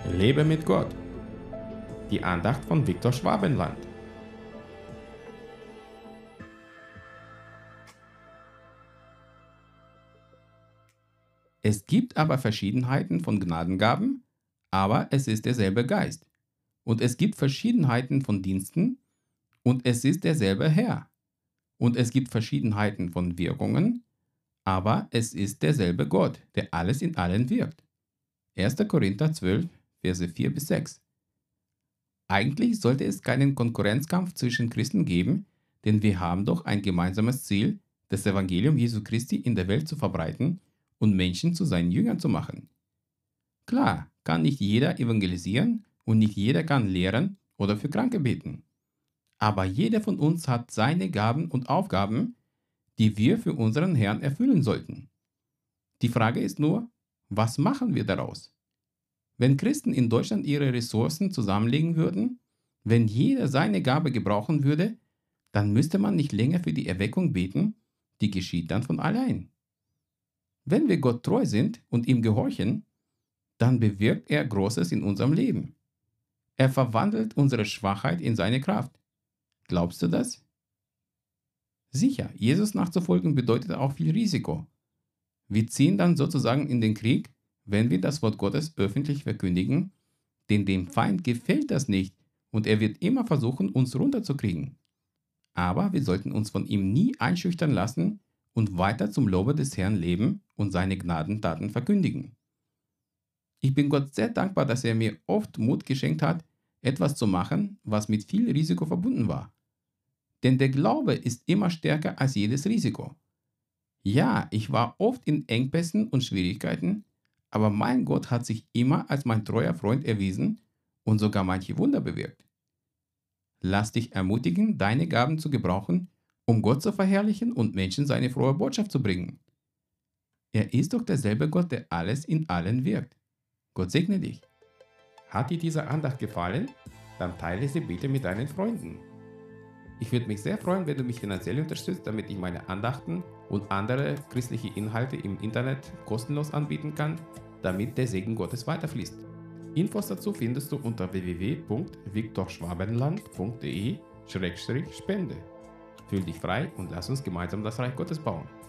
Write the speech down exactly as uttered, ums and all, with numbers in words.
Lebe mit Gott. Die Andacht von Viktor Schwabenland. Es gibt aber Verschiedenheiten von Gnadengaben, aber es ist derselbe Geist. Und es gibt Verschiedenheiten von Diensten, und es ist derselbe Herr. Und es gibt Verschiedenheiten von Wirkungen, aber es ist derselbe Gott, der alles in allen wirkt. erster Korinther zwölf, Verse vier bis sechs. Eigentlich sollte es keinen Konkurrenzkampf zwischen Christen geben, denn wir haben doch ein gemeinsames Ziel, das Evangelium Jesu Christi in der Welt zu verbreiten und Menschen zu seinen Jüngern zu machen. Klar, kann nicht jeder evangelisieren und nicht jeder kann lehren oder für Kranke beten. Aber jeder von uns hat seine Gaben und Aufgaben, die wir für unseren Herrn erfüllen sollten. Die Frage ist nur, was machen wir daraus? Wenn Christen in Deutschland ihre Ressourcen zusammenlegen würden, wenn jeder seine Gabe gebrauchen würde, dann müsste man nicht länger für die Erweckung beten, die geschieht dann von allein. Wenn wir Gott treu sind und ihm gehorchen, dann bewirkt er Großes in unserem Leben. Er verwandelt unsere Schwachheit in seine Kraft. Glaubst du das? Sicher, Jesus nachzufolgen bedeutet auch viel Risiko. Wir ziehen dann sozusagen in den Krieg, wenn wir das Wort Gottes öffentlich verkündigen, denn dem Feind gefällt das nicht und er wird immer versuchen, uns runterzukriegen. Aber wir sollten uns von ihm nie einschüchtern lassen und weiter zum Lobe des Herrn leben und seine Gnadentaten verkündigen. Ich bin Gott sehr dankbar, dass er mir oft Mut geschenkt hat, etwas zu machen, was mit viel Risiko verbunden war. Denn der Glaube ist immer stärker als jedes Risiko. Ja, ich war oft in Engpässen und Schwierigkeiten, aber mein Gott hat sich immer als mein treuer Freund erwiesen und sogar manche Wunder bewirkt. Lass dich ermutigen, deine Gaben zu gebrauchen, um Gott zu verherrlichen und Menschen seine frohe Botschaft zu bringen. Er ist doch derselbe Gott, der alles in allen wirkt. Gott segne dich. Hat dir diese Andacht gefallen? Dann teile sie bitte mit deinen Freunden. Ich würde mich sehr freuen, wenn du mich finanziell unterstützt, damit ich meine Andachten und andere christliche Inhalte im Internet kostenlos anbieten kann, damit der Segen Gottes weiterfließt. Infos dazu findest du unter w w w punkt viktor schwabenland punkt de Schrägstrich Spende. Fühl dich frei und lass uns gemeinsam das Reich Gottes bauen.